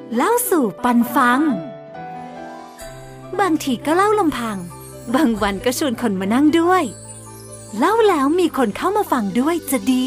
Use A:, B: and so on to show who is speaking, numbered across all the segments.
A: เล่าสู่ปันฟังบางทีก็เล่าลำพังบางวันก็ชวนคนมานั่งด้วยเล่าแล้วมีคนเข้ามาฟังด้วยจะดี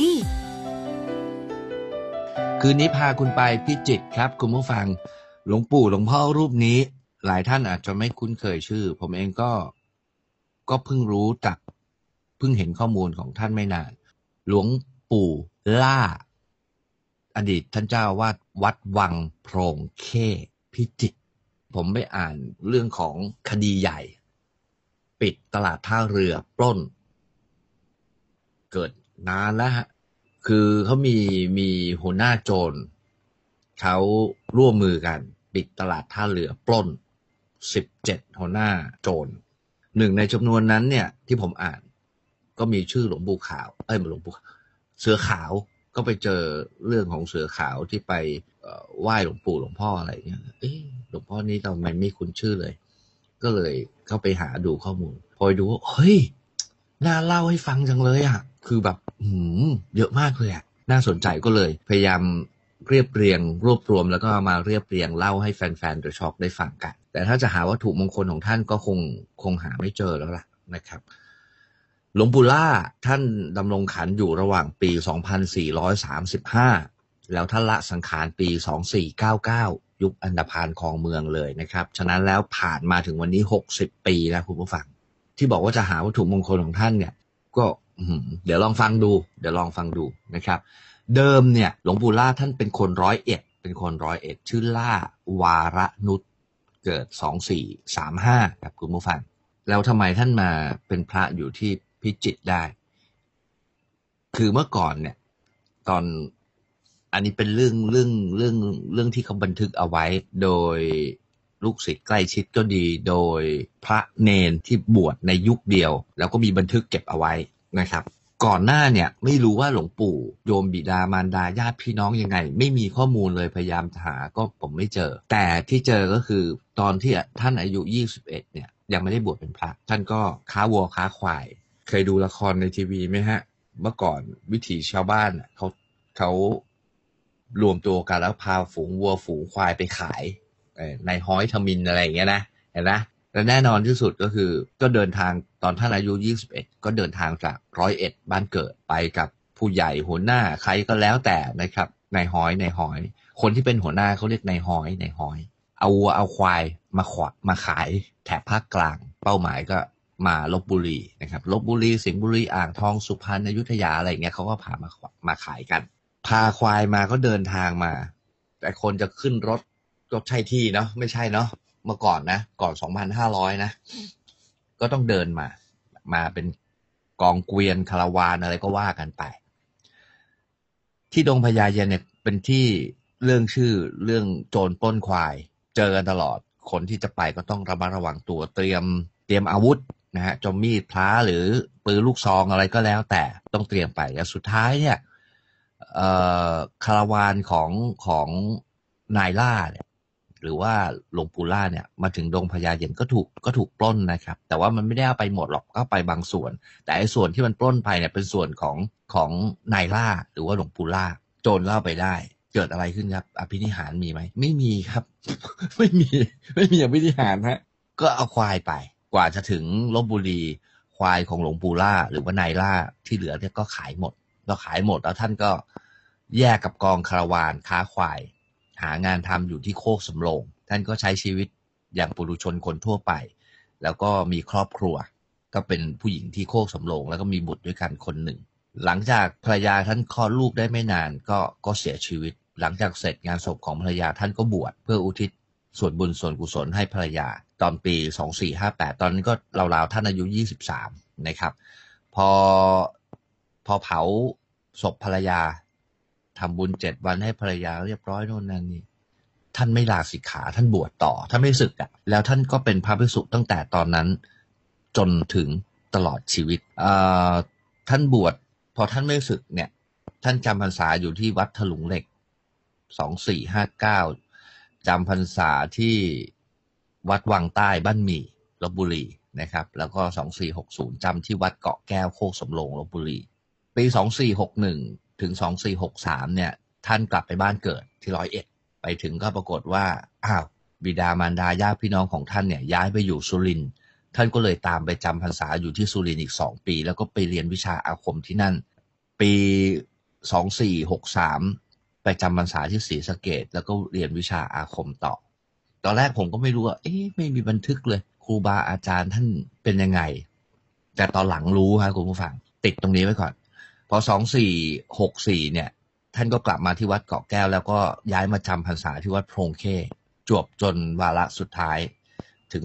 B: คืนนี้พาคุณไปพิจิตรครับคุณผู้ฟังหลวงปู่หลวงพ่อรูปนี้หลายท่านอาจจะไม่คุ้นเคยชื่อผมเองก็เพิ่งรู้จักเพิ่งเห็นข้อมูลของท่านไม่นานหลวงปู่ล่าอดีตท่านเจ้าวาดวัดวังโพรงเข้พิจิตรผมไปอ่านเรื่องของคดีใหญ่ปิดตลาดท่าเรือปล้นเกิดนานแล้วฮะคือเขามีหัวหน้าโจรเขาร่วมมือกันปิดตลาดท่าเรือปล้น17หัวหน้าโจรหนึ่งในจำนวนนั้นเนี่ยที่ผมอ่านก็มีชื่อหลวงปู่ขาวหลวงปู่เสือขาวก็ไปเจอเรื่องของเสือขาวที่ไปไหว้หลวงปู่หลวงพ่ออะไรเงี้ยหลวงพ่อนี้ทำไมไม่คุ้นชื่อเลยก็เลยเข้าไปหาดูข้อมูลพอดูเฮ้ยน่าเล่าให้ฟังจังเลยอ่ะคือแบบเยอะมากเลยอ่ะน่าสนใจก็เลยพยายามเรียบเรียงรวบรวมแล้วก็มาเรียบเรียงเล่าให้แฟนๆ The Shock ได้ฟังกันแต่ถ้าจะหาวัตถุมงคลของท่านก็คงหาไม่เจอแล้วล่ะนะครับหลวงปู่ล่าท่านดำรงขันอยู่ระหว่างปี2435แล้วท่านละสังขารปี2499ยุคอันธพาลครองเมืองเลยนะครับฉะนั้นแล้วผ่านมาถึงวันนี้60ปีแล้วคุณผู้ฟังที่บอกว่าจะหาวัตถุมงคลของท่านเนี่ยก็เดี๋ยวลองฟังดูนะครับเดิมเนี่ยหลวงปู่ล่าท่านเป็นคน101ชื่อล่าวาระนุชเกิด2435ครับคุณผู้ฟังแล้วทำไมท่านมาเป็นพระอยู่ที่พิจิตรได้คือเมื่อก่อนเนี่ยตอนอันนี้เป็นเรื่องที่เขาบันทึกเอาไว้โดยลูกศิษย์ใกล้ชิดก็ดีโดยพระเนนที่บวชในยุคเดียวแล้วก็มีบันทึกเก็บเอาไว้นะครับก่อนหน้าเนี่ยไม่รู้ว่าหลวงปู่โยมบิดามารดาญาติพี่น้องยังไงไม่มีข้อมูลเลยพยายามหาก็ผมไม่เจอแต่ที่เจอก็คือตอนที่ท่านอายุ21เนี่ยยังไม่ได้บวชเป็นพระท่านก็ค้าวัวค้าควายเคยดูละครในทีวีไหมฮะเมื่อก่อนวิถีชาวบ้านเขารวมตัวกันแล้วพาฝูงวัวฝูงควายไปขายในห้อยทมิฬอะไรอย่างเงี้ยนะเห็นไหมและแน่นอนที่สุดก็คือก็เดินทางตอนท่านอายุ21ก็เดินทางจาก101บ้านเกิดไปกับผู้ใหญ่หัวหน้าใครก็แล้วแต่นะครับนายห้อยคนที่เป็นหัวหน้าเขาเรียกนายห้อยเอาวัวเอาควายมาขายแถบภาคกลางเป้าหมายก็มาลพบุรีนะครับลพบุรีสิงห์บุรีอ่างทองสุพรรณอยุธยาอะไรเงี้ยเขาก็พามาขายกันพาควายมาก็เดินทางมาแต่คนจะขึ้นรถก็ใช่ที่เนาะไม่ใช่เนาะเมื่อก่อนนะก่อน2,500นะก็ต้องเดินมาเป็นกองเกวียนคาราวานอะไรก็ว่ากันไปที่ดงพญาเย็นเนี่ยเป็นที่เรื่องชื่อเรื่องโจรปล้นควายเจอกันตลอดคนที่จะไปก็ต้องระมัดระวังตัวเตรียมอาวุธนะฮะจมมีดพระหรือปืนลูกซองอะไรก็แล้วแต่ต้องเตรียมไปแล้วสุดท้ายเนี่ยคาราวานของนายล่าเนี่ยหรือว่าหลวงปู่ล่าเนี่ยมาถึงดงพญาเย็นก็ถูกปล้นนะครับแต่ว่ามันไม่ได้เอาไปหมดหรอกก็ไปบางส่วนแต่ไอ้ส่วนที่มันปล้นไปเนี่ยเป็นส่วนของนายล่าหรือว่าหลวงปู่ล่าโจรเล่าไปได้เกิดอะไรขึ้นครับอภินิหารมีไหมไม่มีครับ ไม่มีอภินิหารฮะก็เอาควายไปกว่าจะถึงลพบุรีควายของหลวงปู่ล่าหรือว่านายล่าที่เหลือเนี่ยก็ขายหมดแล้วท่านก็แยกกับกองคาราวานค้าควายหางานทำอยู่ที่โคกสำโรงท่านก็ใช้ชีวิตอย่างปุถุชนคนทั่วไปแล้วก็มีครอบครัวก็เป็นผู้หญิงที่โคกสำโรงแล้วก็มีบุตรด้วยกันคนหนึ่งหลังจากภรรยาท่านคลอดลูกได้ไม่นานก็เสียชีวิตหลังจากเสร็จงานศพของภรรยาท่านก็บวชเพื่ออุทิศส่วนบุญส่วนกุศลให้ภรรยาตอนปี2458ตอนนั้นก็ราวๆท่านอายุ23นะครับพอเผาศพภรรยาทำบุญ7วันให้ภรรยาเรียบร้อยโน่นนั่นนี่ท่านไม่ลาสิกขาท่านบวชต่อท่านไม่สึกอ่ะแล้วท่านก็เป็นพระภิกษุตั้งแต่ตอนนั้นจนถึงตลอดชีวิตท่านบวชพอท่านไม่สึกเนี่ยท่านจำพรรษาอยู่ที่วัดถลุงเหล็ก2459จำพรรษาที่วัดวังใต้บ้านหมี่ลพบุรีนะครับแล้วก็2460จำที่วัดเกาะแก้วโคกสำโรงลพบุรีปี2461ถึง2463เนี่ยท่านกลับไปบ้านเกิดที่101ไปถึงก็ปรากฏว่าอ้าวบิดามารดาญาติพี่น้องของท่านเนี่ยย้ายไปอยู่สุรินทร์ท่านก็เลยตามไปจำพรรษาอยู่ที่สุรินทร์อีก2 ปีแล้วก็ไปเรียนวิชาอาคมที่นั่นปี2463ไปจำพรรษาที่ศรีสะเกษแล้วก็เรียนวิชาอาคมต่อตอนแรกผมก็ไม่รู้ว่าไม่มีบันทึกเลยครูบาอาจารย์ท่านเป็นยังไงแต่ตอนหลังรู้ครับคุณผู้ฟังติดตรงนี้ไว้ก่อนพอ2464เนี่ยท่านก็กลับมาที่วัดเกาะแก้วแล้วก็ย้ายมาจำพรรษาที่วัดโพรงเข้จวบจนวาระสุดท้ายถึง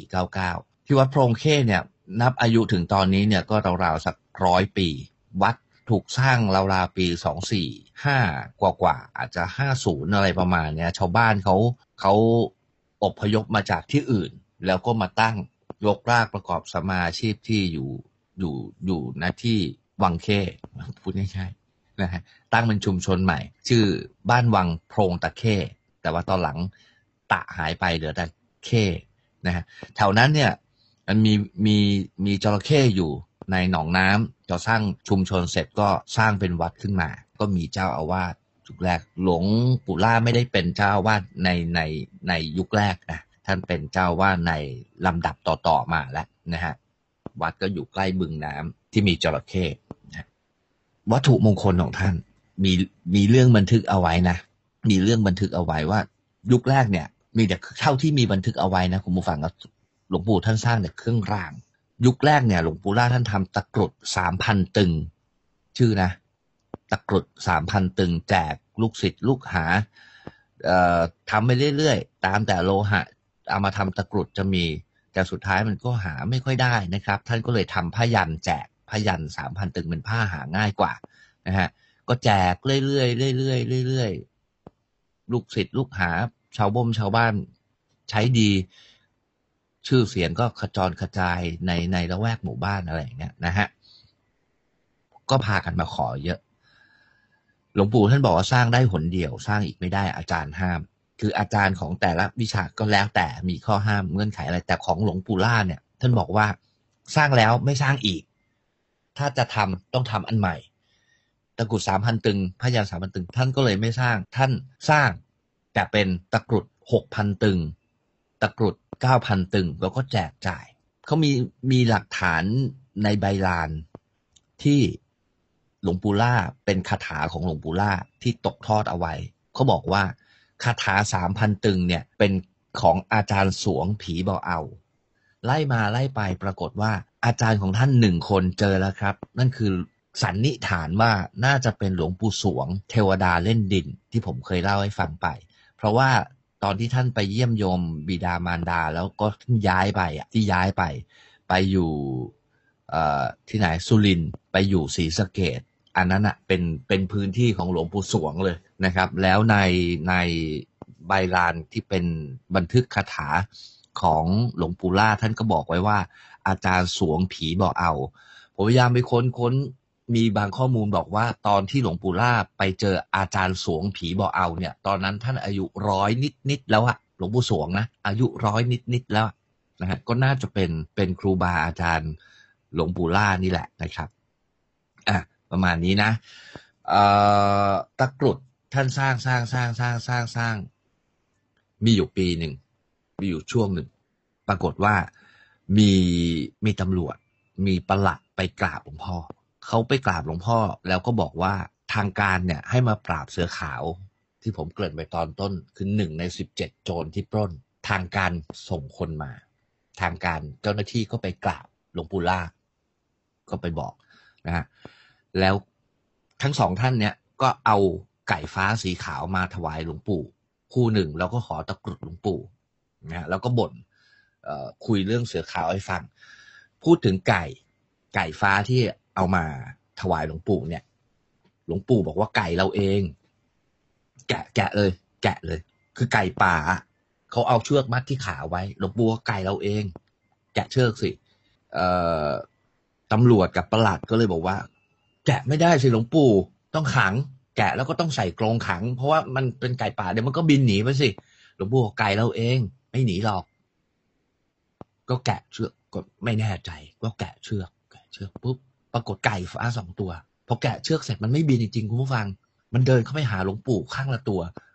B: 2499ที่วัดโพรงเข้เนี่ยนับอายุถึงตอนนี้เนี่ยก็ราวๆสัก100 ปีวัดถูกสร้างราวๆปี245กว่าอาจจะ50อะไรประมาณเนี้ยชาวบ้านเขาอพยพมาจากที่อื่นแล้วก็มาตั้งยกรากประกอบสมาอาชีพที่อยู่ณที่วังเข้พูดง่ายๆนะฮะตั้งเป็นชุมชนใหม่ชื่อบ้านวังโพรงตะเข้แต่ว่าตอนหลังตะหายไปเหลือแต่เข้นะฮะแถวนั้นเนี่ยมันมีจระเข้อยู่ในหนองน้ำจะสร้างชุมชนเสร็จก็สร้างเป็นวัดขึ้นมาก็มีเจ้าอาวาสยุคแรกหลวงปู่ล่าไม่ได้เป็นเจ้าอาวาสในยุคแรกนะท่านเป็นเจ้าอาวาสในลำดับต่อมาแล้วนะฮะวัดก็อยู่ใกล้บึงน้ำที่มีจระเข้นะวัตถุมงคลของท่านมีเรื่องบันทึกเอาไว้นะมีเรื่องบันทึกเอาไว้ว่ายุคแรกเนี่ยมีแต่เท่าที่มีบันทึกเอาไว้นะคุณผู้ฟังก็หลวงปู่ท่านสร้างแต่เครื่องรางยุคแรกเนี่ยหลวงปู่ล่าท่านทำตะกรุด 3,000 ตึงชื่อนะตะกรุด 3,000 ตึงแจกลูกศิษย์ลูกหาทำไปเรื่อยๆตามแต่โลหะเอามาทำตะกรุดจะมีแต่สุดท้ายมันก็หาไม่ค่อยได้นะครับท่านก็เลยทำผ้ายันแจกผ้ายัน 3,000 ตึงเป็นผ้าหาง่ายกว่านะฮะก็แจกเรื่อยๆเรื่อยๆลูกศิษย์ลูกหาชาวบ้านใช้ดีชื่อเสียงก็ขจรกระจายในละแวกหมู่บ้านอะไรอย่างเงี้ยนะฮะก็พากันมาขอเยอะหลวงปู่ท่านบอกว่าสร้างได้หนเดียวสร้างอีกไม่ได้อาจารย์ห้ามคืออาจารย์ของแต่ละวิชาก็แล้วแต่มีข้อห้ามเงื่อนไขอะไรแต่ของหลวงปู่ล่าเนี่ยท่านบอกว่าสร้างแล้วไม่สร้างอีกถ้าจะทำต้องทำอันใหม่ตะกรุด 3,000 ตึงพยัญชนะ 3,000 ตึงท่านก็เลยไม่สร้างท่านสร้างแต่เป็นตะกรุด 6,000 ตึงตะกรุด 9,000 ตึงแล้วก็แจกจ่ายเขามีหลักฐานในใบลานที่หลวงปู่ล่าเป็นคาถาของหลวงปู่ล่าที่ตกทอดเอาไว้เขาบอกว่าคาถา 3,000 ตึงเนี่ยเป็นของอาจารย์สวงผีบ่เอาไล่มาไล่ไปปรากฏว่าอาจารย์ของท่าน1 คนเจอแล้วครับนั่นคือสันนิษฐานว่าน่าจะเป็นหลวงปู่สวงเทวดาเล่นดินที่ผมเคยเล่าให้ฟังไปเพราะว่าตอนที่ท่านไปเยี่ยมโยมบิดามารดาแล้วก็ย้ายไปอยู่ที่ไหนสุรินทร์ไปอยู่ศรีสะเกษอันนั้นอ่ะเป็นพื้นที่ของหลวงปู่สวงเลยนะครับแล้วในใบลานที่เป็นบันทึกคาถาของหลวงปู่ล่าท่านก็บอกไว้ว่าอาจารย์สวงผีบ่เอาผมพยายามไปค้นมีบางข้อมูลบอกว่าตอนที่หลวงปู่ล่าไปเจออาจารย์สวงผีบ่เอาเนี่ยตอนนั้นท่านอายุ100นิดแล้วอะหลวงปู่สวงนะอายุ100นิดแล้วนะฮะก็น่าจะเป็นครูบาอาจารย์หลวงปู่ล่านี่แหละนะครับประมาณนี้นะตะกรุดท่านสร้างมีอยู่ปีหนึ่งมีอยู่ช่วงหนึ่งปรากฏว่ามีตำรวจมีปลัดไปกราบหลวงพ่อเขาไปกราบหลวงพ่อแล้วก็บอกว่าทางการเนี่ยให้มาปราบเสือขาวที่ผมเกริ่นไปตอนต้นคือ1 ใน 17โจรที่ปล้นทางการส่งคนมาทางการเจ้าหน้าที่ก็ไปกราบหลวงปู่ล่าก็ไปบอกนะฮะแล้วทั้ง2ท่านเนี่ยก็เอาไก่ฟ้าสีขาวมาถวายหลวงปู่คู่หนึ่งแล้วก็ขอตะกรุดหลวงปู่นะแล้วก็บ่นคุยเรื่องเสือขาวให้ฟังพูดถึงไก่ฟ้าที่เอามาถวายหลวงปู่เนี่ยหลวงปู่บอกว่าไก่เราเองแกะเลยคือไก่ป่าเขาเอาเชือกมัดที่ขาไว้หลวงปู่ว่าไก่เราเองแกะเชือกสิตำรวจกับปลัดก็เลยบอกว่าแกะไม่ได้สิหลวงปู่ต้องขังแกะแล้วก็ต้องใส่กรงขังเพราะว่ามันเป็นไก่ป่าเดี๋ยวมันก็บินหนีไปสิหลวงปู่ไก่เราเองไม่หนีหรอกก็แกะเชือกก็ไม่แน่ใจก็แกะเชือกปุ๊บปรากฏไก่ฟ้า2 ตัวพอแกะเชือกเสร็จมันไม่บินจริงๆคุณผู้ฟังมันเดินเข้าไปหาหลวงปู่ข้างละตัว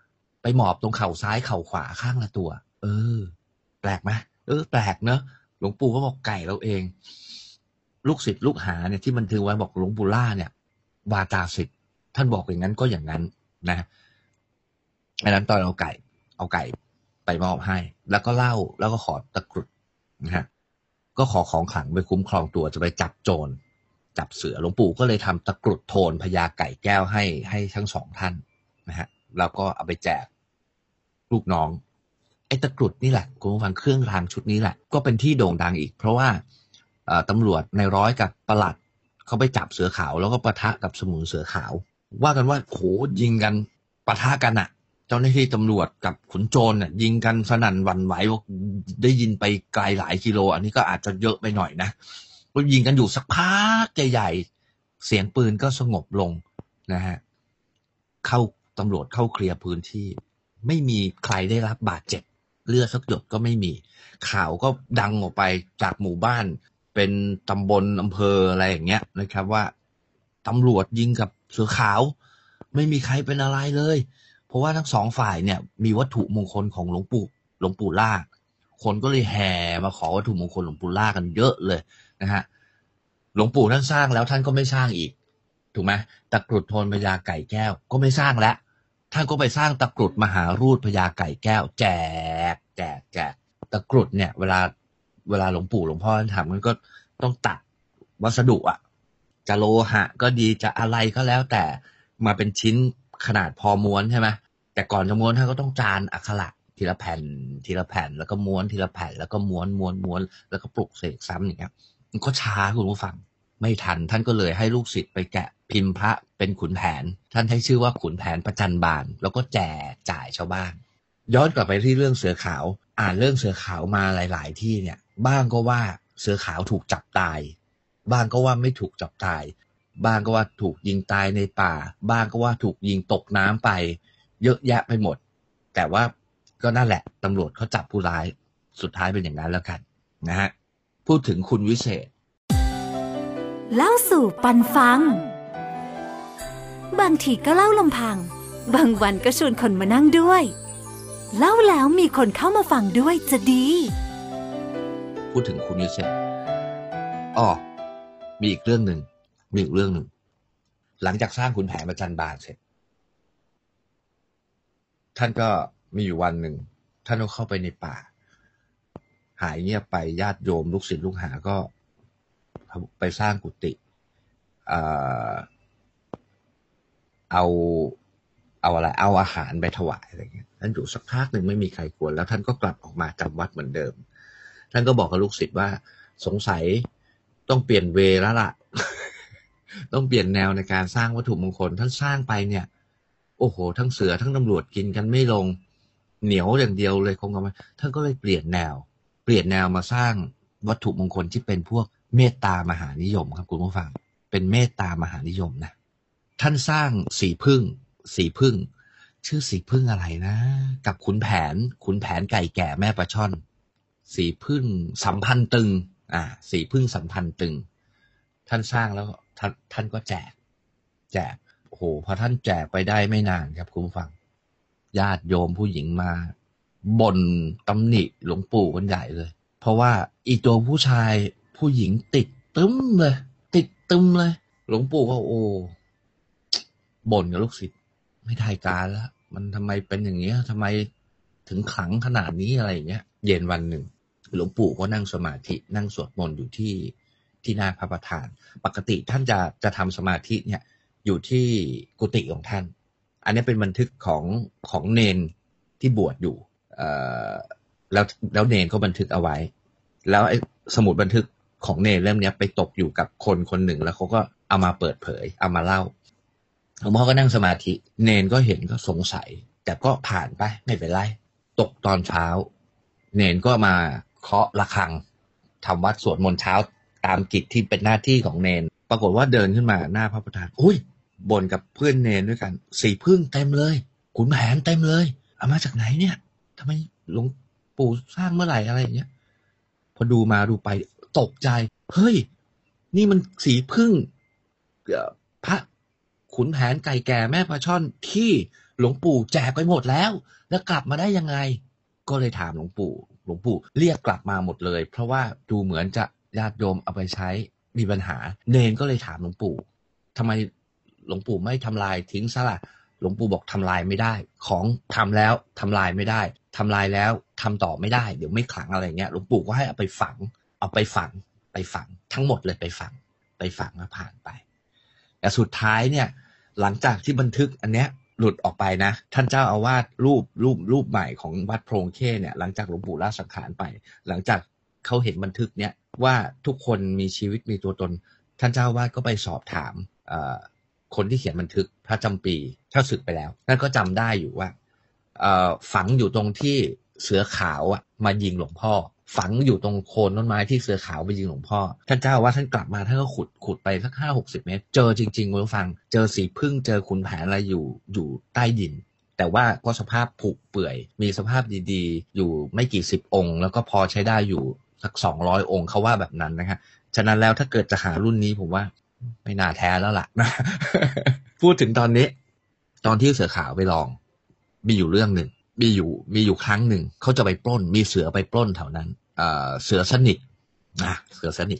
B: ไปหมอบตรงเข่าซ้ายเข่าขวาข้างละตัวแปลกไหมแปลกเนอะหลวงปู่ก็บอกไก่เราเองลูกศิษย์ลูกหาเนี่ยที่มันถือไว้บอกหลวงปู่ล่าเนี่ยวาจาศิษย์ท่านบอกอย่างนั้นก็อย่างนั้นนะอันนั้นตอนเอาไก่ไปมอบให้แล้วก็เล่าแล้วก็ขอตะกรุดนะฮะก็ขอของขลังไปคุ้มครองตัวจะไปจับโจรจับเสือหลวงปู่ก็เลยทำตะกรุดโทนพญาไก่แก้วให้ทั้งสองท่านนะฮะแล้วก็เอาไปแจกลูกน้องไอ้ตะกรุดนี่แหละคุณผู้ฟังเครื่องรางชุดนี้แหละก็เป็นที่โด่งดังอีกเพราะว่าตำรวจในร้อยกับปลัดเขาไปจับเสือขาวแล้วก็ปะทะกับสมุนเสือขาวว่ากันว่าโหยิงกันปะทะกันอะเจ้าหน้าที่ตำรวจกับขุนโจรเนี่ยยิงกันสนั่นหวั่นไหวได้ยินไปไกลหลายกิโลอันนี้ก็อาจจะเยอะไปหน่อยนะก็ยิงกันอยู่สักพักใหญ่ๆเสียงปืนก็สงบลงนะฮะตำรวจเข้าเคลียร์พื้นที่ไม่มีใครได้รับบาดเจ็บเลือดสักหยดก็ไม่มีข่าวก็ดังออกไปจากหมู่บ้านเป็นตำบลอำเภออะไรอย่างเงี้ยนะครับว่าตำรวจยิงกับเสือขาวไม่มีใครเป็นอะไรเลยเพราะว่าทั้งสองฝ่ายเนี่ยมีวัตถุมงคลของหลวงปู่ล่าคนก็เลยแห่มาขอวัตถุมงคลหลวงปู่ล่ากันเยอะเลยนะฮะหลวงปู่ท่านสร้างแล้วท่านก็ไม่สร้างอีกถูกไหมตะกรุดโทนพญาไก่แก้วก็ไม่สร้างแล้วท่านก็ไปสร้างตะกรุดมหารูดพญาไก่แก้วแจกตะกรุดเนี่ยเวลาหลวงพ่อท่านทำมันก็ต้องตัดวัสดุอ่ะจะโลหะก็ดีจะอะไรก็แล้วแต่มาเป็นชิ้นขนาดพอม้วนใช่ไหมแต่ก่อนจะม้วนท่านก็ต้องจานอักขระทีละแผ่นแล้วก็ม้วนทีละแผ่นแล้วก็ม้วนแล้วก็ปลุกเสกซ้ำอย่างเงี้ยมันก็ช้าคุณผู้ฟังไม่ทันท่านก็เลยให้ลูกศิษย์ไปแกะพิมพ์พระเป็นขุนแผนท่านให้ชื่อว่าขุนแผนประจันบานแล้วก็แจกจ่ายชาวบ้านย้อนกลับไปที่เรื่องเสือขาวอ่านเรื่องเสือขาวมาหลายๆที่เนี่ยบ้างก็ว่าเสือขาวถูกจับตายบ้างก็ว่าไม่ถูกจับตายบ้างก็ว่าถูกยิงตายในป่าบ้างก็ว่าถูกยิงตกน้ำไปเยอะแยะไปหมดแต่ว่าก็นั่นแหละตำรวจเขาจับผู้ร้ายสุดท้ายเป็นอย่างนั้นแล้วกันนะฮะพูดถึงคุณวิเศษ
A: เล่าสู่ปันฟังบางทีก็เล่าลำพังบางวันก็ชวนคนมานั่งด้วยเล่าแล้วมีคนเข้ามาฟังด้วยจะดี
B: พูดถึงคุณวิเศษมีอีกเรื่องหนึ่งหลังจากสร้างขุนแผนประจันบานเสร็จท่านก็มีอยู่วันหนึ่งท่านก็เข้าไปในป่าหายเงียบไปญาติโยมลูกศิษย์ลูกหาก็ไปสร้างกุฏิเอาอะไรเอาอาหารไปถวายอะไรเงี้ยท่านอยู่สักพักหนึ่งไม่มีใครกวนแล้วท่านก็กลับออกมาจำวัดเหมือนเดิมท่านก็บอกกับลูกศิษย์ว่าสงสัยต้องเปลี่ยนเวแล้วล่ะ ต้องเปลี่ยนแนวในการสร้างวัตถุมงคลท่านสร้างไปเนี่ยโอ้โหทั้งเสือทั้งตำรวจกินกันไม่ลงเหนียวอย่างเดียวเลยคงเอามาท่านก็เลยเปลี่ยนแนวมาสร้างวัตถุมงคลที่เป็นพวกเมตตามหานิยมครับคุณผู้ฟังเป็นเมตตามหานิยมนะท่านสร้างสีพึ่งชื่อสีพึ่งอะไรนะกับขุนแผนไก่แก่แม่ปลาช่อนสีพึ่งสัมพันธ์ตึงสีพึ่งสัมพันธ์ตึงท่านสร้างแล้วท่านก็แจกโอ้โหพอท่านแจกไปได้ไม่นานครับคุณผู้ฟังญาติโยมผู้หญิงมาบ่นตำหนิหลวงปู่กันใหญ่เลยเพราะว่าอีตัวผู้หญิงติดตึ้มเลยหลวงปู่ก็โอ้บ่นกับลูกศิษย์ไม่ได้การแล้วมันทำไมเป็นอย่างเงี้ยทำไมถึงขลังขนาดนี้อะไรอย่างเงี้ยเย็นวันหนึ่งหลวงปู่ก็นั่งสมาธินั่งสวดมนต์อยู่ที่หน้าพระประธานปกติท่านจะทำสมาธิเนี่ยอยู่ที่กุฏิของท่านอันนี้เป็นบันทึกของเนนที่บวชอยู่แล้วเนนก็บันทึกเอาไว้แล้วไอ้สมุดบันทึกของเนนเล่มนี้ไปตกอยู่กับคนหนึ่งแล้วเขาก็เอามาเปิดเผยเอามาเล่าหลวงพ่อก็นั่งสมาธิเนนก็เห็นก็สงสัยแต่ก็ผ่านไปไม่เป็นไรตกตอนเช้าเนนก็มาเคาะระฆังทำวัดสวดมนต์เช้าตามกิจที่เป็นหน้าที่ของเนนปรากฏว่าเดินขึ้นมาหน้าพระประธานอุ้ยบ่นกับเพื่อนเนนด้วยกันสีพึ่งเต็มเลยขุนแผนเต็มเลยเอามาจากไหนเนี่ยทำไมหลวงปู่สร้างเมื่อไหร่อะไรอย่างเงี้ยพอดูมาดูไปตกใจเฮ้ยนี่มันสีพึ่งพระขุนแผนไก่แก่แม่ปลาช่อนที่หลวงปู่แจกไปหมดแล้วกลับมาได้ยังไงก็เลยถามหลวงปู่เรียกกลับมาหมดเลยเพราะว่าดูเหมือนจะญาติโยมเอาไปใช้มีปัญหาเนนก็เลยถามหลวงปู่ทำไมหลวงปู่ไม่ทำลายทิ้งซะล่ะหลวงปู่บอกทำลายไม่ได้ของทำแล้วทำลายไม่ได้ทำลายแล้วทำต่อไม่ได้เดี๋ยวไม่ขลังอะไรเงี้ยหลวงปู่ก็ให้เอาไปฝังทั้งหมดเลยไปฝังแล้วผ่านไปแต่สุดท้ายเนี่ยหลังจากที่บันทึกอันเนี้ยหลุดออกไปนะท่านเจ้าอาวาสรูปใหม่ของวัดโพรงเข้เนี่ยหลังจากหลวงปู่ละสังขารไปหลังจากเขาเห็นบันทึกเนี่ยว่าทุกคนมีชีวิตมีตัวตนท่านเจ้าอาวาสก็ไปสอบถามคนที่เขียนบันทึกพระจำปีเท่าสึกไปแล้วนั่นก็จำได้อยู่ว่าฝังอยู่ตรงที่เสือขาวมายิงหลวงพ่อฝังอยู่ตรงโคนต้นไม้ที่เสือขาวไปยิงหลวงพ่อท่านเจ้าว่าท่านกลับมาท่านก็ขุดไปสัก50-60 เมตรเจอจริงๆคุณผู้ฟังเจอสีพึ่งเจอขุนแผนอะไรอยู่ใต้ดินแต่ว่าก็สภาพผุเปื่อยมีสภาพดีๆอยู่ไม่กี่สิบองค์แล้วก็พอใช้ได้อยู่สัก200 องค์เขาว่าแบบนั้นนะครับฉะนั้นแล้วถ้าเกิดจะหารุ่นนี้ผมว่าไม่น่าแท้แล้วล่ะ พูดถึงตอนนี้ตอนที่เสือขาวไปลองมีอยู่เรื่องหนึ่งมีอยู่ครั้งหนึ่งเขาจะไปปล้นมีเสือไปปล้นแถวนั้นเสือสนิทเสือสนิท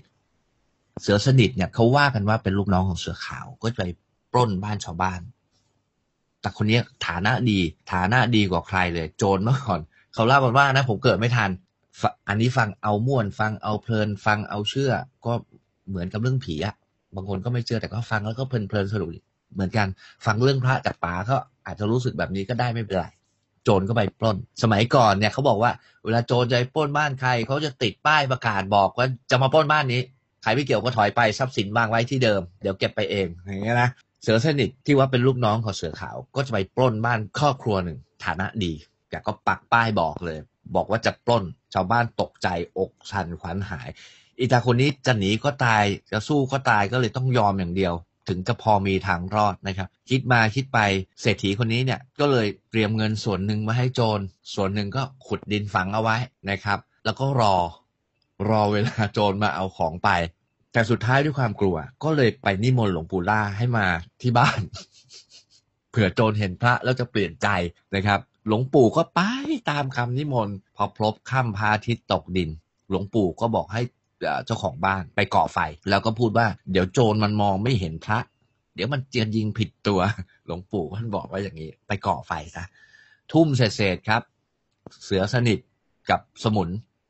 B: เนี่ยเขาว่ากันว่าเป็นลูกน้องของเสือขาวก็จะไปปล้นบ้านชาวบ้านแต่คนนี้ฐานะดีกว่าใครเลยโจรเมื่อก่อนเขาเล่ากันว่านะผมเกิดไม่ทันอันนี้ฟังเอาม่วนฟังเอาเพลินฟังเอาเชื่อก็เหมือนกับเรื่องผีบางคนก็ไม่เชื่อแต่ก็ฟังแล้วก็เพลินสนุกเหมือนกันฟังเรื่องพระจากป่าก็อาจจะรู้สึกแบบนี้ก็ได้ไม่เป็นไรโจรก็ไปปล้นสมัยก่อนเนี่ยเขาบอกว่าเวลาโจรจะไปปล้นบ้านใครเขาจะติดป้ายประกาศบอกว่าจะมาปล้นบ้านนี้ใครไม่เกี่ยวก็ถอยไปทรัพย์สินวางไว้ที่เดิมเดี๋ยวเก็บไปเองอย่างเงี้ยนะเสือสนิทที่ว่าเป็นลูกน้องของเสือขาวก็จะไปปล้นบ้านครอบครัวหนึ่งฐานะดีแต่ก็ปักป้ายบอกเลยบอกว่าจะปล้นชาวบ้านตกใจอกสั่นขวัญหายอีตาคนนี้จะหนีก็ตายจะสู้ก็ตายก็เลยต้องยอมอย่างเดียวถึงจะพอมีทางรอดนะครับคิดมาคิดไปเศรษฐีคนนี้เนี่ยก็เลยเตรียมเงินส่วนหนึ่งมาให้โจรส่วนหนึ่งก็ขุดดินฝังเอาไว้นะครับแล้วก็รอเวลาโจรมาเอาของไปแต่สุดท้ายด้วยความกลัวก็เลยไปนิมนต์หลวงปู่ล่าให้มาที่บ้าน เผื่อโจรเห็นพระแล้วจะเปลี่ยนใจนะครับหลวงปู่ก็ไปตามคำนิมนต์พอพลบค่ำพระอาทิตย์ตกดินหลวงปู่ก็บอกให้เจ้าของบ้านไปก่อไฟแล้วก็พูดว่าเดี๋ยวโจรมันมองไม่เห็นพระเดี๋ยวมันจะยิงผิดตัวหลวงปู่ท่านบอกว่าอย่างนี้ไปก่อไฟซะทุ่มเศษครับเสือสนิทกับสมุน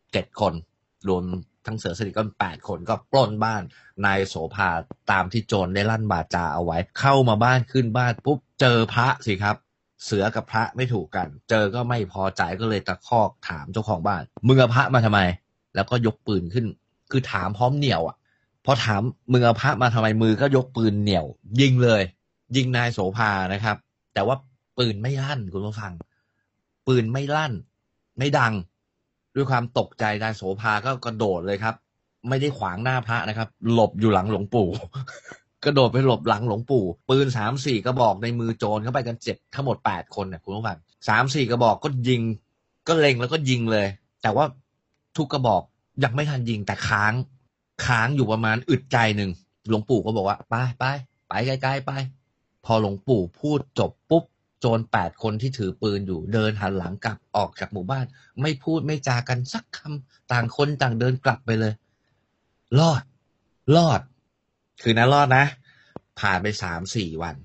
B: 7 คนรวมทั้งเสือสนิทก็8 คนก็ปล้นบ้านนายโสภาตามที่โจรได้ลั่นบาจาเอาไว้เข้ามาบ้านขึ้นบ้านปุ๊บเจอพระสิครับเสือกับพระไม่ถูกกันเจอก็ไม่พอใจก็เลยตะคอกถามเจ้าของบ้านมึงเอาพระมาทำไมแล้วก็ยกปืนขึ้นคือถามพร้อมเหนี่ยวพอถามมึงเอาพระมาทำไมมือก็ยกปืนเหนี่ยวยิงเลยยิงนายโสภานะครับแต่ว่าปืนไม่ลั่นคุณผู้ฟังปืนไม่ลั่นไม่ดังด้วยความตกใจนายโสภาก็กระโดดเลยครับไม่ได้ขวางหน้าพระนะครับหลบอยู่หลังหลวงปู่ กระโดดไปหลบหลังหลวงปู่ปืน 3-4 กระบอกในมือโจรเข้าไปกันเจ็บทั้งหมด8 คนเนี่ยคุณผู้ฟัง 3-4 กระบอกก็ยิงก็เล็งแล้วก็ยิงเลยแต่ว่าทุกกระบอกยังไม่ทันยิงแต่ค้างอยู่ประมาณอึดใจหนึ่งหลวงปู่ก็บอกว่าไปไกลๆไปพอหลวงปู่พูดจบปุ๊บโจร8 คนที่ถือปืนอยู่เดินหันหลังกลับออกจากหมู่บ้านไม่พูดไม่จากันสักคำต่างคนต่างเดินกลับไปเลยรอดคือนะรอดนะผ่านไป 3-4 วัน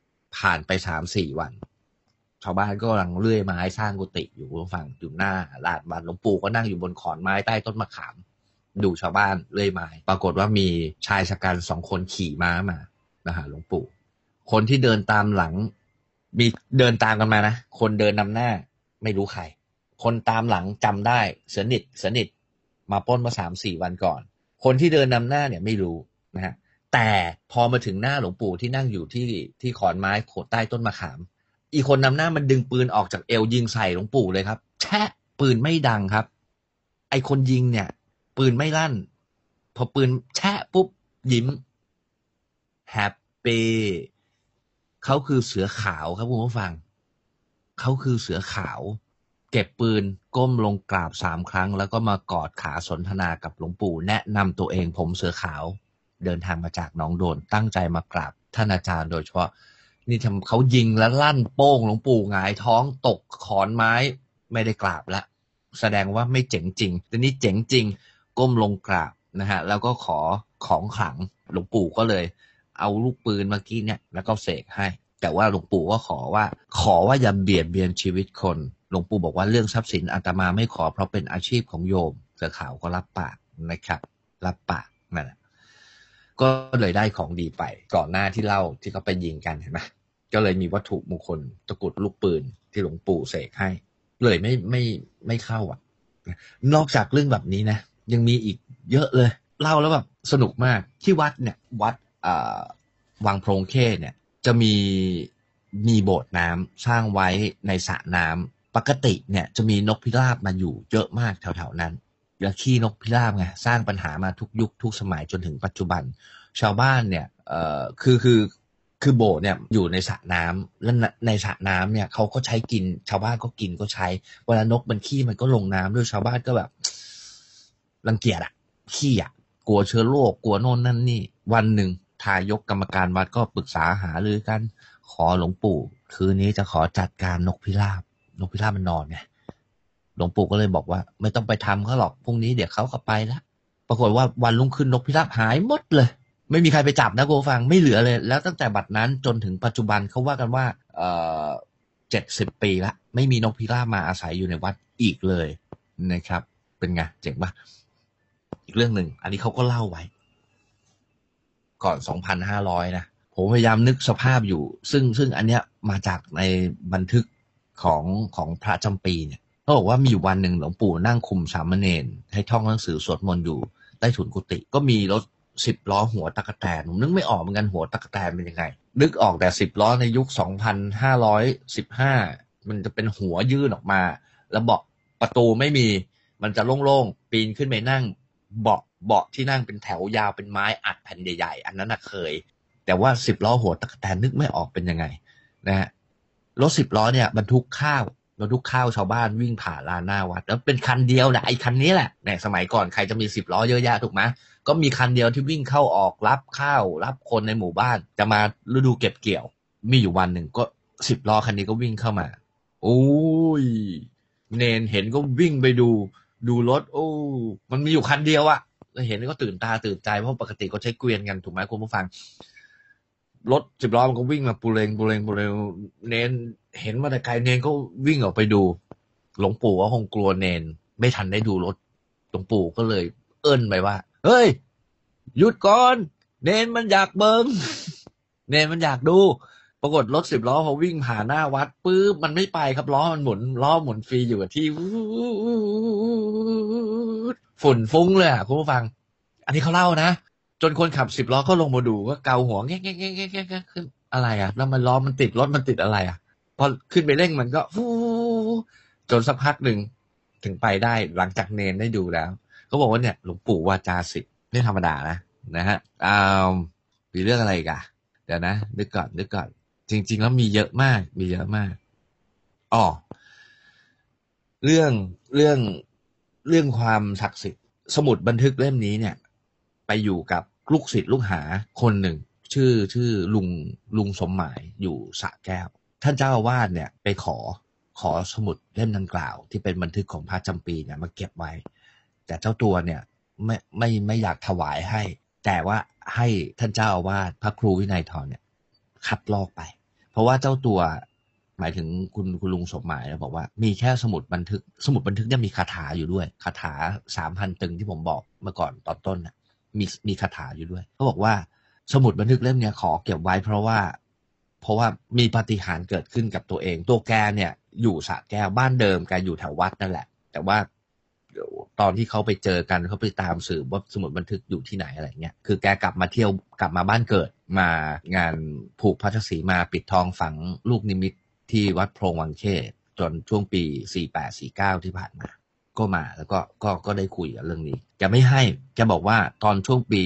B: ชาวบ้านก็กำลังเลื่อยไม้สร้างกุฏิอยู่ฝั่งอยู่หน้าลานบ้านหลวงปู่ก็นั่งอยู่บนขอนไม้ใต้ต้นมะขามดูชาวบ้านเลื่อยไม้ปรากฏว่ามีชายชะกัน2 คนขี่ม้ามาหาหลวงปู่คนที่เดินตามหลังมีเดินตามกันมานะคนเดินนำหน้าไม่รู้ใครคนตามหลังจำได้เสือนิทมาปล้นมา 3-4 วันก่อนคนที่เดินนำหน้าเนี่ยไม่รู้นะฮะแต่พอมาถึงหน้าหลวงปู่ที่นั่งอยู่ที่ขอนไม้โขดใต้ต้นมะขามอีกคนนำหน้ามันดึงปืนออกจากเอวยิงใส่หลวงปู่เลยครับแช่ปืนไม่ดังครับไอคนยิงเนี่ยปืนไม่ลั่นพอปืนแช่ปุ๊บยิ้มแฮปปี้เขาคือเสือขาวครับคุณผู้ฟังเขาคือเสือขาวเก็บปืนก้มลงกราบ3 ครั้งแล้วก็มากอดขาสนทนากับหลวงปู่แนะนำตัวเองผมเสือขาวเดินทางมาจากหนองโดนตั้งใจมากราบท่านอาจารย์โดยเฉพาะนี่ทำเขายิงแล้วลั่นโป้งหลวงปู่หงายท้องตกขอนไม้ไม่ได้กราบละแสดงว่าไม่เจ๋งจริงแต่นี่เจ๋งจริงก้มลงกราบนะฮะแล้วก็ขอของขลังหลวงปู่ก็เลยเอาลูกปืนเมื่อกี้เนี่ยแล้วก็เสกให้แต่ว่าหลวงปู่ก็ขอว่าอย่าเบียดเบียนชีวิตคนหลวงปู่บอกว่าเรื่องทรัพย์สินอาตมาไม่ขอเพราะเป็นอาชีพของโยมเสือขาวก็รับปากนะครับรับปากนั่นแหละก็เลยได้ของดีไปก่อนหน้าที่เล่าที่เขาไปยิงกันเห็นไหมก็เลยมีวัตถุมงคลตะกรุดลูกปืนที่หลวงปู่เสกให้เลยไม่เข้าอ่ะนอกจากเรื่องแบบนี้นะยังมีอีกเยอะเลยเล่าแล้วแบบสนุกมากที่วัดเนี่ยวัดวังโพรงเข้เนี่ยจะมีโบสถ์น้ำสร้างไว้ในสระน้ำปกติเนี่ยจะมีนกพิราบมาอยู่เยอะมากแถวๆนั้นแล้วขี้นกพิราบไงสร้างปัญหามาทุกยุคทุกสมัยจนถึงปัจจุบันชาวบ้านเนี่ยคือโบสถ์เนี่ยอยู่ในสระน้ำและในสระน้ำเนี่ยเขาก็ใช้กินชาวบ้านก็กินก็ใช้เวลานกมันขี้มันก็ลงน้ำด้วยชาวบ้านก็แบบรังเกียจอะขี้อะกลัวเชื้อโรคกลัวโน่นนั่นนี่วันหนึ่งทายกกรรมการวัดก็ปรึกษาหารือกันขอหลวงปู่คืนนี้จะขอจัดการนกพิราบมันนอนไงหลวงปู่ก็เลยบอกว่าไม่ต้องไปทำเขาหรอกพรุ่งนี้เดี๋ยวเขาก็ไปแล้วปรากฏว่าวันรุ่งขึ้นนกพิราบหายหมดเลยไม่มีใครไปจับนะกูฟังไม่เหลือเลยแล้วตั้งแต่บัดนั้นจนถึงปัจจุบันเขาว่ากันว่า70 ปีละไม่มีนกพิราบมาอาศัยอยู่ในวัดอีกเลยนะครับเป็นไงเจ๋งปะอีกเรื่องหนึ่งอันนี้เขาก็เล่าไว้ก่อน 2,500 นะผมพยายามนึกสภาพอยู่ซึ่งอันเนี้ยมาจากในบันทึกของพระจำปีเนี่ยเขาบอกว่ามีอยู่วันหนึ่งหลวงปู่นั่งคุมสามเณรให้ท่องหนังสือสวดมนต์อยู่ใต้ถุนกุฏิก็มีรถ10 ล้อหัวตะกแตนผมนึกไม่ออกเหมือนกันหัวตะกแตนเป็นยังไงนึกออกแต่10 ล้อในยุค 2,515 มันจะเป็นหัวยื่นออกมาแล้วเบาะประตูไม่มีมันจะโล่งๆปีนขึ้นไปนั่งเบาะที่นั่งเป็นแถวยาวเป็นไม้อัดแผ่นใหญ่ๆอันนั้นเคยแต่ว่า10 ล้อหัวตะกแตนนึกไม่ออกเป็นยังไงนะฮะรถ10 ล้อเนี่ยบรรทุกข้าวชาวบ้านวิ่งผ่านลานหน้าวัดแล้วเป็นคันเดียวนะไอ้คันนี้แหละเนี่ยสมัยก่อนใครจะมี10 ล้อเยอะแยะถูกไหมก็มีคันเดียวที่วิ่งเข้าออกรับข้าวรับคนในหมู่บ้านจะมาฤดูเก็บเกี่ยวมีอยู่วันหนึ่งก็10 ล้อคันนี้ก็วิ่งเข้ามาโอ้ยเนนเห็นก็วิ่งไปดูรถโอ้มันมีอยู่คันเดียวอะเห็นก็ตื่นตาตื่นใจเพราะปกติก็ใช้เกวียนกันถูกไหมคุณผู้ฟังรถ10 ล้อมันก็วิ่งมาปูเรงเนนเห็นมาแต่ไกลเนนก็วิ่งออกไปดูหลวงปู่ก็คงกลัวเนนไม่ทันได้ดูรถหลวงปู่ก็เลยเอิ้นไปว่าเฮ้ยหยุดก่อนเนนมันอยากเบิ่งเนนมันอยากดูปรากฏรถ10 ล้อพอวิ่งผ่านหน้าวัดปุ๊บมันไม่ไปครับล้อมันหมุนฟรีอยู่กับที่ฝุ่นฟุ้งเลยคุณผู้ฟังอันนี้เขาเล่านะจนคนขับ10 ล้อก็ลงมาดูก็เกาหัวแง่ขึ้นอะไรอ่ะแล้วมันล้อมันติดรถมันติดอะไรอ่ะพอขึ้นไปเร่งมันก็จนสักพักหนึ่งถึงไปได้หลังจากเนนได้ดูแล้วเขาบอกว่าเนี่ยหลวงปู่วาจาศิษย์ไม่ธรรมดานะฮะมีเรื่องอะไรกันเดี๋ยวนะนึกก่อนจริงๆแล้วมีเยอะมากอ๋อเรื่องความศักดิ์สิทธิ์สมุดบันทึกเล่มนี้เนี่ยไปอยู่กับลูกศิษย์ลูกหาคนหนึ่งชื่อลุงสมหมายอยู่สระแก้วท่านเจ้าอาวาสเนี่ยไปขอสมุดเล่มดังกล่าวที่เป็นบันทึกของพระจำปีเนี่ยมาเก็บไว้แต่เจ้าตัวเนี่ยไม่อยากถวายให้แต่ว่าให้ท่านเจ้าอาวาสพระครูวินัยทรเนี่ยคัดลอกไปเพราะว่าเจ้าตัวหมายถึงคุณลุงสมหมายบอกว่ามีแค่สมุดบันทึกเนี่ยมีคาถาอยู่ด้วยคาถา 3,000 ตึงที่ผมบอกเมื่อก่อนตอนต้นน่ะมีคาถาอยู่ด้วยเขาบอกว่าสมุดบันทึกเล่มเนี้ยขอเก็บไว้เพราะว่ามีปาฏิหาริย์เกิดขึ้นกับตัวเองตัวแกเนี่ยอยู่สระแก้วบ้านเดิมแกอยู่แถววัดนั่นแหละแต่ว่าตอนที่เขาไปเจอกันเขาไปตามสืบว่าสมุดบันทึกอยู่ที่ไหนอะไรเงี้ยคือแกกลับมาเที่ยวกลับมาบ้านเกิดมางานผูกพัชสีมาปิดทองฝังลูกนิมิตที่วัดโพรงวังเข้จนช่วงปี48-49ที่ผ่านมาก็มาแล้วก็ได้คุยกันเรื่องนี้แกไม่ให้แกบอกว่าตอนช่วงปี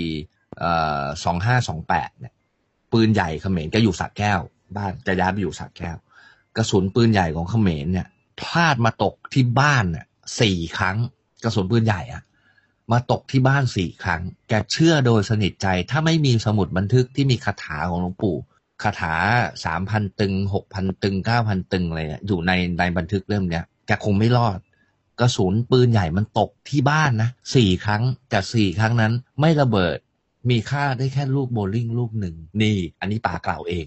B: 2528เนี่ยปืนใหญ่เขมรก็อยู่สระแก้วบ้านจะย้ายไปอยู่สระแก้วกระสุนปืนใหญ่ของเขมรเนี่ยพลาดมาตกที่บ้านเนี่ย4 ครั้งกระสุนปืนใหญ่อะมาตกที่บ้าน4 ครั้งแกเชื่อโดยสนิทใจถ้าไม่มีสมุดบันทึกที่มีคาถาของหลวงปู่คาถา3,000 ตึง 6,000 ตึง 9,000 ตึงอะไรเนี่ยอยู่ในบันทึกเล่มเนี้ยแกคงไม่รอดกระสุนปืนใหญ่มันตกที่บ้านนะ4 ครั้งแต่4 ครั้งนั้นไม่ระเบิดมีค่าได้แค่ลูกโบว์ลิ่งลูกหนึ่งนี่อันนี้ป๋ากล่าวเอง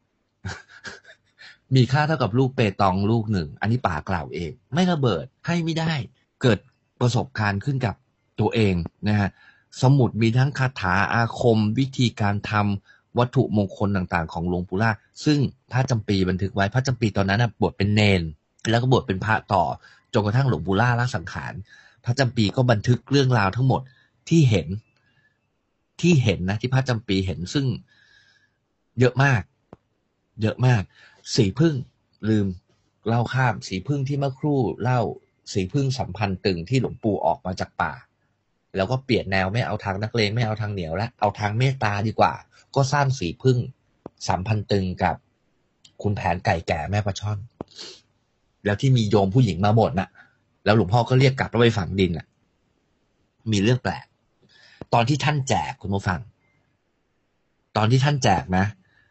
B: มีค่าเท่ากับลูกเปตองลูกหนึ่งอันนี้ป๋ากล่าวเองไม่ระเบิดให้ไม่ได้เกิดประสบการณ์ขึ้นกับตัวเองนะฮะสมุดมีทั้งคาถาอาคมวิธีการทำวัตถุมงคลต่างๆของหลวงปู่ล่าซึ่งพระจำปีบันทึกไว้พระจำปีตอนนั้นบวชเป็นเนนแล้วก็บวชเป็นพระต่อจนกระทั่งหลวงปู่ล่าละสังขารพระจำปีก็บันทึกเรื่องราวทั้งหมดที่เห็นนะที่พระจำปีเห็นซึ่งเยอะมากสีพึ่งลืมเล่าข้ามสีพึ่งที่เมื่อครู่เล่าสีพึ่งสัมพันธ์ตึงที่หลวงปู่ออกมาจากป่าแล้วก็เปลี่ยนแนวไม่เอาทางนักเลงไม่เอาทางเหนียวแล้วเอาทางเมตตาดีกว่าก็สร้างสีพึ่งสัมพันธ์ตึงกับคุณแผนไก่แก่แม่ปลาช่อนแล้วที่มีโยมผู้หญิงมาบ่นน่ะแล้วหลวงพ่อก็เรียกกลับแล้วไปฝังดินน่ะมีเรื่องแปลกตอนที่ท่านแจกคุณผู้ฟังตอนที่ท่านแจกนะ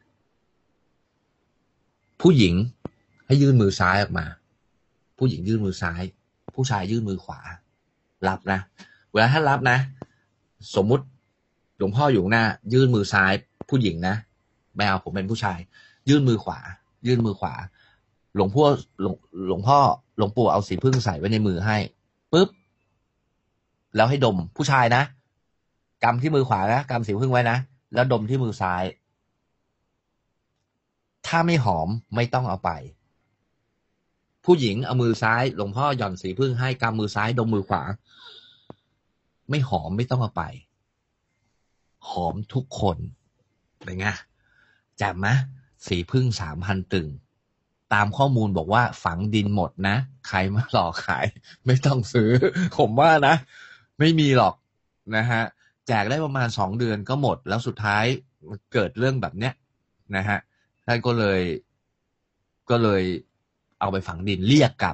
B: ผู้หญิงให้ยื่นมือซ้ายออกมาผู้หญิงยื่นมือซ้ายผู้ชายยื่นมือขวารับนะเวลาท่านรับนะสมมุติหลวงพ่ออยู่หน้ายื่นมือซ้ายผู้หญิงนะไม่เอาผมเป็นผู้ชายยื่นมือขวาหลวงปู่เอาสีพึ่งใส่ไว้ในมือให้ปุ๊บแล้วให้ดมผู้ชายนะกำที่มือขวานะกำสีพึ่งไว้นะแล้วดมที่มือซ้ายถ้าไม่หอมไม่ต้องเอาไปผู้หญิงเอามือซ้ายหลวงพ่อหย่อนสีพึ่งให้กำมือซ้ายดมมือขวาไม่หอมไม่ต้องเอาไปหอมทุกคนเป็นไงแจ่มไหมสีพึ่ง3,000 ตึงตามข้อมูลบอกว่าฝังดินหมดนะใครมาหลอกขายไม่ต้องซื้อผมว่านะไม่มีหรอกนะฮะแจกได้ประมาณ2 เดือนก็หมดแล้วสุดท้ายเกิดเรื่องแบบเนี้ยนะฮะท่านก็เลยเอาไปฝังดินเรียกกลับ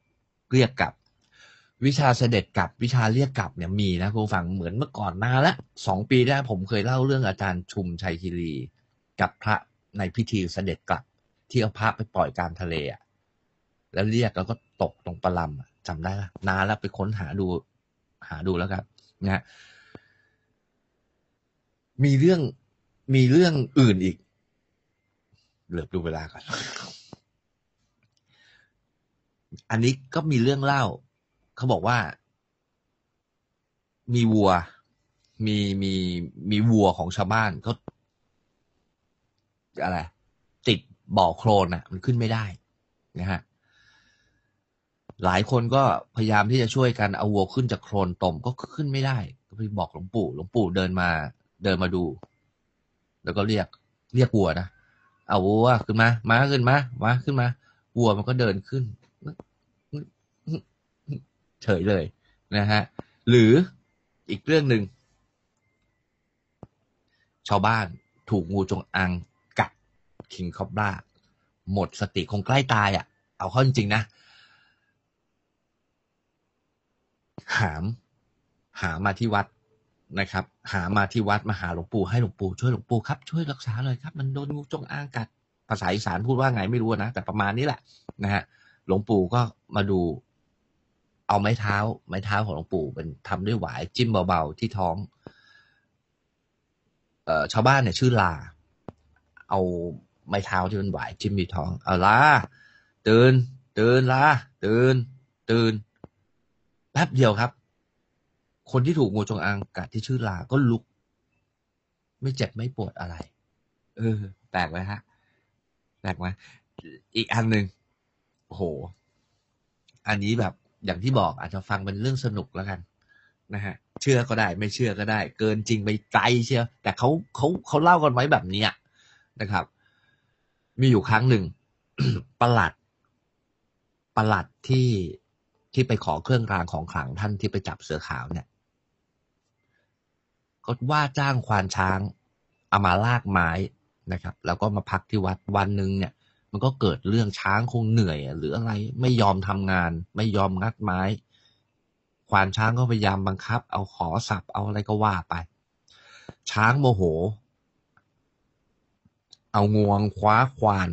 B: วิชาเสด็จกลับวิชาเรียกกลับเนี่ยมีนะคุณฟังเหมือนเมื่อก่อนนานละ2 ปีได้ผมเคยเล่าเรื่องอาจารย์ชุมชัยคีรีกับพระในพิธีเสด็จกลับที่เอาพระไปปล่อยกลางทะเลอ่ะแล้วเรียกแล้วก็ตกตรงปะลำจำได้ละนานแล้วไปค้นหาดูแล้วครับนะมีเรื่องอื่นอีกเหลือบดูเวลาก่อนอันนี้ก็มีเรื่องเล่าเขาบอกว่ามีวัวมีวัวของชาวบ้านเขาอะไรติดบ่อโคลนอ่ะมันขึ้นไม่ได้นะฮะหลายคนก็พยายามที่จะช่วยกันเอาวัวขึ้นจากโคลนตมก็ขึ้นไม่ได้ก็ไปบอกหลวงปู่เดินมาดูแล้วก็เรียกวัวนะเอาวัวขึ้นมาขึ้นมาวัวมันก็เดินขึ้นเฉยเลยนะฮะหรืออีกเรื่องหนึ่งชาวบ้านถูกงูจงอางกัดคิงคอบราหมดสติคงใกล้ตายอ่ะเอาเข้าจริงๆนะหามาที่วัดนะครับหามาที่วัดมาหาหลวงปู่ให้หลวงปู่ช่วยหลวงปู่ครับช่วยรักษาเลยครับมันโดนงูจงอางกัดภาษาอีสานพูดว่าไงไม่รู้นะแต่ประมาณนี้แหละนะฮะหลวงปู่ก็มาดูเอาไม้เท้าของหลวงปู่เป็นทำด้วยหวายจิ้มเบาๆที่ท้องชาวบ้านเนี่ยชื่อลาเอาไม้เท้าที่เป็นหวายจิ้มที่ท้องเอาลาตื่นลาตื่นแป๊บเดียวครับคนที่ถูกงูจงอางกัดที่ชื่อลาก็ลุกไม่เจ็บไม่ปวดอะไรแปลกไหมฮะแปลกไหมอีกอันหนึ่งโอ้โหอันนี้แบบอย่างที่บอกอาจจะฟังเป็นเรื่องสนุกแล้วกันนะฮะเชื่อก็ได้ไม่เชื่อก็ได้เกินจริงไปไกลเชียวแต่เขาเล่ากันไว้แบบนี้นะครับมีอยู่ครั้งหนึ่ง ประหลัดที่ไปขอเครื่องรางของขลังท่านที่ไปจับเสือขาวเนี่ยก็ว่าจ้างควานช้างเอามาลากไม้นะครับแล้วก็มาพักที่วัดวันหนึ่งเนี่ยมันก็เกิดเรื่องช้างคงเหนื่อยหรืออะไรไม่ยอมทำงานไม่ยอมงัดไม้ควานช้างก็พยายามบังคับเอาขอสับเอาอะไรก็ว่าไปช้างโมโหเอางวงคว้าควาน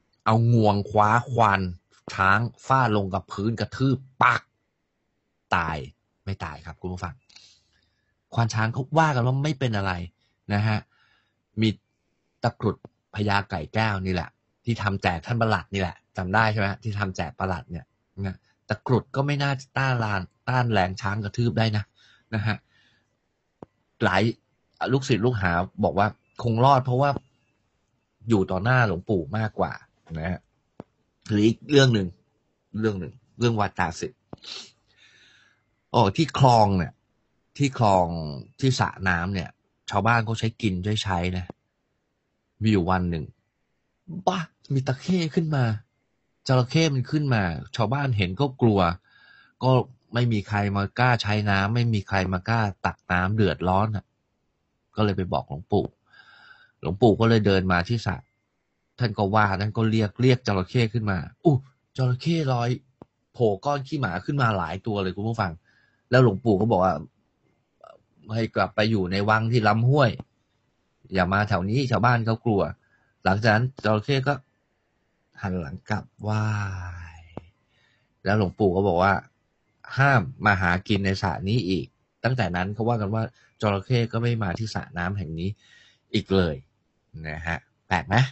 B: ช้างฟาดลงกับพื้นกระทืบปักตายไม่ตายครับคุณผู้ฟังควานช้างเขาว่ากันว่าไม่เป็นอะไรนะฮะมีตะกรุดพญาไก่แก้วนี่แหละที่ทำแจกท่านประหลัดนี่แหละจำได้ใช่ไหมที่ทำแจกประหลัดเนี่ยนะตะกรุดก็ไม่น่าต้านแรงช้างกระทืบได้นะฮะหลายลูกศิษย์ลูกหาบอกว่าคงรอดเพราะว่าอยู่ต่อหน้าหลวงปู่มากกว่านะฮะหรืออีกเรื่องหนึ่งเรื่องวาจาศิษย์ที่คลองเนี่ยที่คลองที่สระน้ำเนี่ยชาวบ้านเขาใช้กินใช้นะมีอยู่วันหนึ่งบ้ามีตะเข้ขึ้นมาจระเข้มันขึ้นมาชาวบ้านเห็นก็กลัวก็ไม่มีใครมากล้าใช้น้ำไม่มีใครมากล้าตักน้ำเดือดร้อนก็เลยไปบอกหลวงปู่ก็เลยเดินมาที่สระท่านก็ว่าท่านก็เรียกจระเข้ขึ้นมาจระเข้ลอยโผล่ก้อนขี้หมาขึ้นมาหลายตัวเลยคุณผู้ฟังแล้วหลวงปู่ก็บอกว่าให้กลับไปอยู่ในวังที่ลำห้วยอย่ามาแถวนี้ชาวบ้านเขากลัวหลังจากนั้นจระเข้ก็หันหลังกลับว่ายแล้วหลวงปู่ก็บอกว่าห้ามมาหากินในสระนี้อีกตั้งแต่นั้นเขาว่ากันว่าจระเข้ก็ไม่มาที่สระน้ำแห่งนี้อีกเลยนะฮะแปลกไหม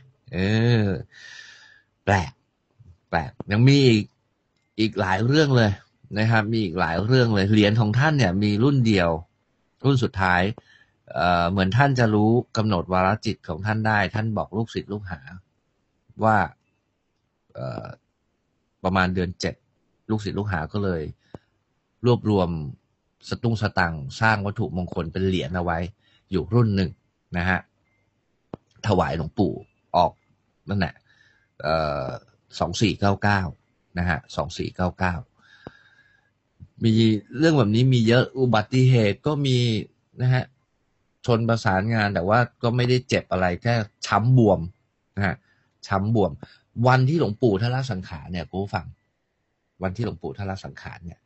B: แปลกยังมีอีกหลายเรื่องเลยนะครับมีอีกหลายเรื่องเลยเหรียญของท่านเนี่ยมีรุ่นเดียวรุ่นสุดท้ายเหมือนท่านจะรู้กำหนดวาระจิตของท่านได้ท่านบอกลูกศิษย์ลูกหาว่าประมาณเดือน7ลูกศิษย์ลูกหาก็เลยรวบรวมสตังค์สร้างวัตถุมงคลเป็นเหรียญเอาไว้อยู่รุ่นหนึ่งนะฮะถวายหลวงปู่ออกนั่นแหละ2499นะฮะ2499มีเรื่องแบบนี้มีเยอะอุบัติเหตุก็มีนะฮะชนประสานงานแต่ว่าก็ไม่ได้เจ็บอะไรแค่ช้ำบวมนะฮะช้ำบวมวันที่หลวงปู่ท่านละสังขารเนี่ยกูฟังวันที่หลวงปู่ท่านละสังขารเนี่ย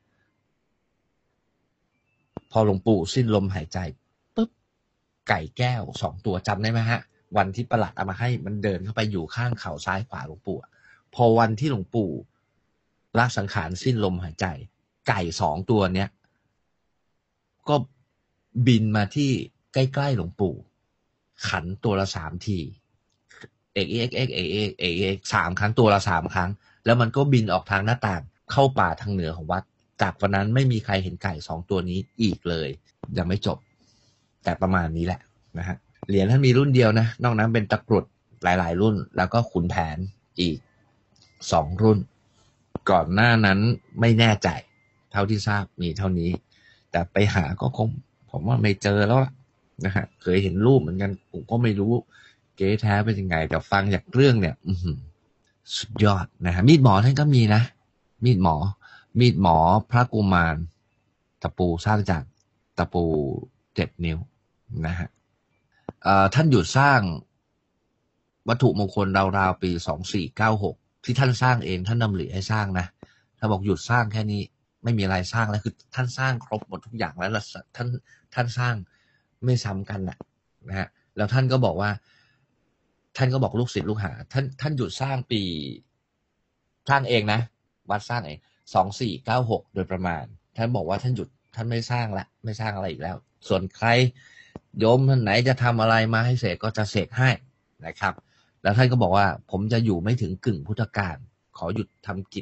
B: พอหลวงปู่สิ้นลมหายใจปุ๊บไก่แก้ว2ตัวจำได้ไหมฮะวันที่ประหลัดเอามาให้มันเดินเข้าไปอยู่ข้างเข่าซ้ายขวาหลวงปู่พอวันที่หลวงปู่ละสังขารสิ้นลมหายใจไก่2ตัวเนี้ยก็บินมาที่ใกล้ๆหลวงปู่ขันตัวละ3ทีเอก3ครั้งตัวละ3ครั้งแล้วมันก็บินออกทางหน้าต่างเข้าป่าทางเหนือของวัดจากวันนั้นไม่มีใครเห็นไก่2ตัวนี้อีกเลยยังไม่จบแต่ประมาณนี้แหละนะฮะเหรียญท่านมีรุ่นเดียวนะนอกนั้นเป็นตะกรุดหลายๆรุ่นแล้วก็ขุนแผนอีก2รุ่นก่อนหน้านั้นไม่แน่ใจเท่าที่ทราบมีเท่านี้แต่ไปหาก็คงผมว่าไม่เจอแล้วนะฮะเคยเห็นรูปเหมือนกันผมก็ไม่รู้เก๊แท้เป็นยังไงแต่ฟังจากเรื่องเนี่ยสุดยอดนะฮะมีดหมอท่านก็มีนะมีดหมอพระกุมารตะปูสร้างจากตะปู7 นิ้วนะฮะท่านหยุดสร้างวัตถุมงคลราวๆปี2496ที่ท่านสร้างเองท่านดำริให้สร้างนะถ้าบอกหยุดสร้างแค่นี้ไม่มีอะไรสร้างแล้วคือท่านสร้างครบหมดทุกอย่างแล้วท่านสร้างไม่ซ้ำกันนะฮะแล้วท่านก็บอกว่าท่านก็บอกลูกศิษย์ลูกหาท่านหยุดสร้างปีสร้างเองนะวัดสร้างเอง2496โดยประมาณท่านบอกว่าท่านหยุดท่านไม่สร้างละไม่สร้างอะไรอีกแล้วส่วนใครโยมท่านไหนจะทำอะไรมาให้เสกก็จะเสกให้นะครับแล้วท่านก็บอกว่าผมจะอยู่ไม่ถึงกึ่งพุทธกาลขอหยุดทำกิจ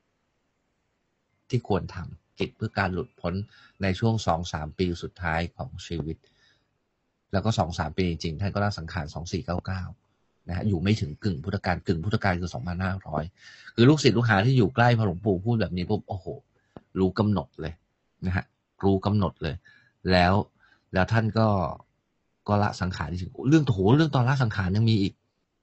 B: ที่ควรทำกิจเพื่อการหลุดพ้นในช่วง 2-3 ปีสุดท้ายของชีวิตแล้วก็ 2-3 ปีจริงๆท่านก็ละสังขาร2499นะฮะอยู่ไม่ถึงกึ่งพุทธกาลคือ 2,500 คือลูกศิษย์ลูกหาที่อยู่ใกล้พระหลวงปู่พูดแบบนี้ปุ๊บโอ้โหรู้กำหนดเลยนะฮะรู้กำหนดเลยแล้วท่านก็ละสังขารที่ถึงเรื่องตอนละสังขารยังมีอีก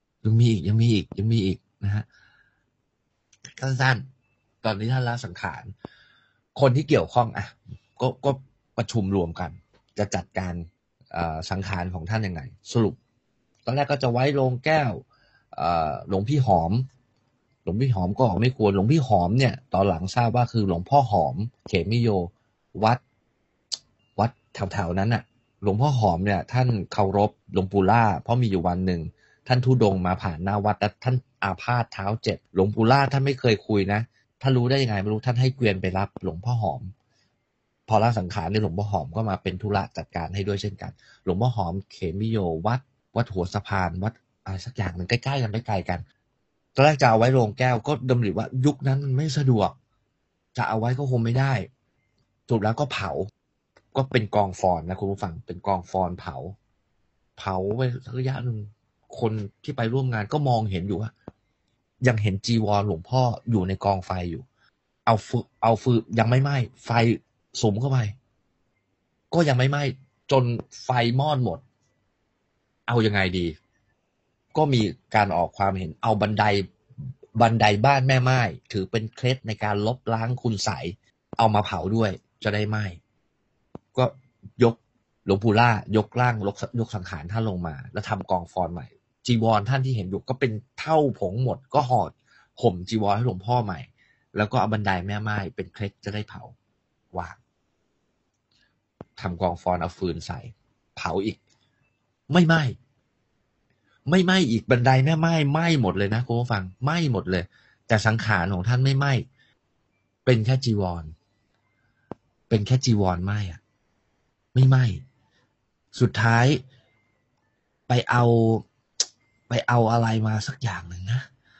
B: นะฮะสั้นๆตอนนี้ท่านละสังขารคนที่เกี่ยวข้องก็ประชุมรวมกันจะจัดการสังขารของท่านยังไงสรุปตอนแรกก็จะไว้โรงแก้วหลวงพี่หอมก็ไม่ควรหลวงพี่หอมเนี่ยตอนหลังทราบว่าคือหลวงพ่อหอมเขมิโยวัดแถวๆนั้นน่ะหลวงพ่อหอมเนี่ยท่านเคารพหลวงปู่ล่าเพราะมีอยู่วันหนึ่งท่านธุดงค์มาผ่านหน้าวัดแล้วท่านอาพาธเท้าเจ็บหลวงปู่ล่าท่านไม่เคยคุยนะท่านรู้ได้ยังไงไม่รู้ท่านให้เกวียนไปรับหลวงพ่อหอมพอละสังขารเนี่ยหลวงพ่อหอมก็มาเป็นธุระจัดการให้ด้วยเช่นกันหลวงพ่อหอมเขมิโยวัดหัวสะพานวัดอะไรสักอย่างหนึ่งใกล้ๆกันไม่ไกลกันตอนแรกจะเอาไว้โรงแก้วก็ดำริว่ายุคนั้นมันไม่สะดวกจะเอาไว้ก็คงไม่ได้สุดแล้วก็เผาก็เป็นกองฟอนนะคุณผู้ฟังเป็นกองฟอนเผาไประยะหนึ่งคนที่ไปร่วมงานก็มองเห็นอยู่ว่ายังเห็นจีวรหลวงพ่ออยู่ในกองไฟอยู่เอาฟืนยังไม่ไหม้ไฟสุมเข้าไปก็ยังไม่ไหม้จนไฟมอดหมดเอายังไงดีก็มีการออกความเห็นเอาบันไดบ้านแม่ไม้ถือเป็นเคล็ดในการลบล้างคุณไสยเอามาเผาด้วยจะได้ไหม้ก็ยกหลวงปู่ล่ายกร่างยกสังขารท่านลงมาแล้วทำกองฟอนใหม่จีวรท่านที่เห็นอยู่ก็เป็นเท่าผงหมดก็ห่มจีวรให้หลวงพ่อใหม่แล้วก็เอาบันไดแม่ไม้เป็นเคล็ดจะได้เผาวางทำกองฟอนเอาฟืนใส่เผาอีกไม่ไหม้อีกบันไดแม่ไม้ไหม้หมดเลยนะคุณผู้ฟังไหม้หมดเลยแต่สังขารของท่านไม่ไหม้เป็นแค่จีวรไหม้อะไม่ไหม้สุดท้ายไปเอาอะไรมาสักอย่างหนึ่งนะ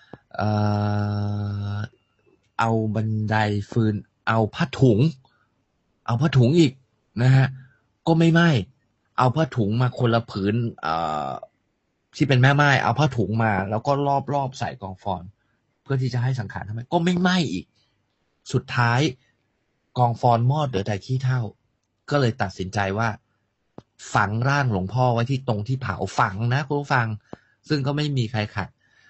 B: เอาบันไดฟืนเอาผ้าถุงอีกนะฮะก็ไม่ไหม้เอาผ้าถุงมาคนละผืนที่เป็นแม่ไม้เอาผ้าถุงมาแล้วก็รอบใส่กองฟอนเพื่อที่จะให้สังขารทำไมก็ไม่ไหม้อีกสุดท้ายกองฟอนมอดเหลือแต่ขี้เถ้าก็เลยตัดสินใจว่าฝังร่างหลวงพ่อไว้ที่ตรงที่เผาฝังนะคุณผู้ฟังซึ่งก็ไม่มีใครขัด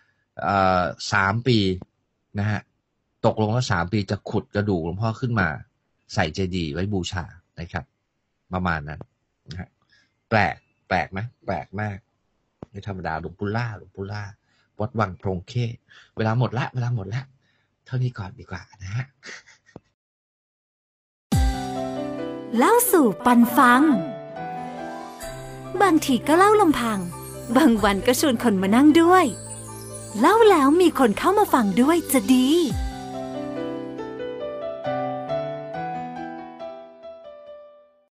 B: 3 ปีนะฮะตกลงแล้ว3 ปีจะขุดกระดูกหลวงพ่อขึ้นมาใส่เจดีย์ไว้บูชานะครับประมาณนั้นนะฮะแปลกไหมแปลกมากไม่ธรรมดาหลวงปู่ล่าวัดวังโพรงเข้เวลาหมดละเท่านี้ก่อนดีกว่านะฮะ
A: เล่าสู่ปันฟังบางทีก็เล่าลำพังบางวันก็ชวนคนมานั่งด้วยเล่าแล้วมีคนเข้ามาฟังด้วยจะดี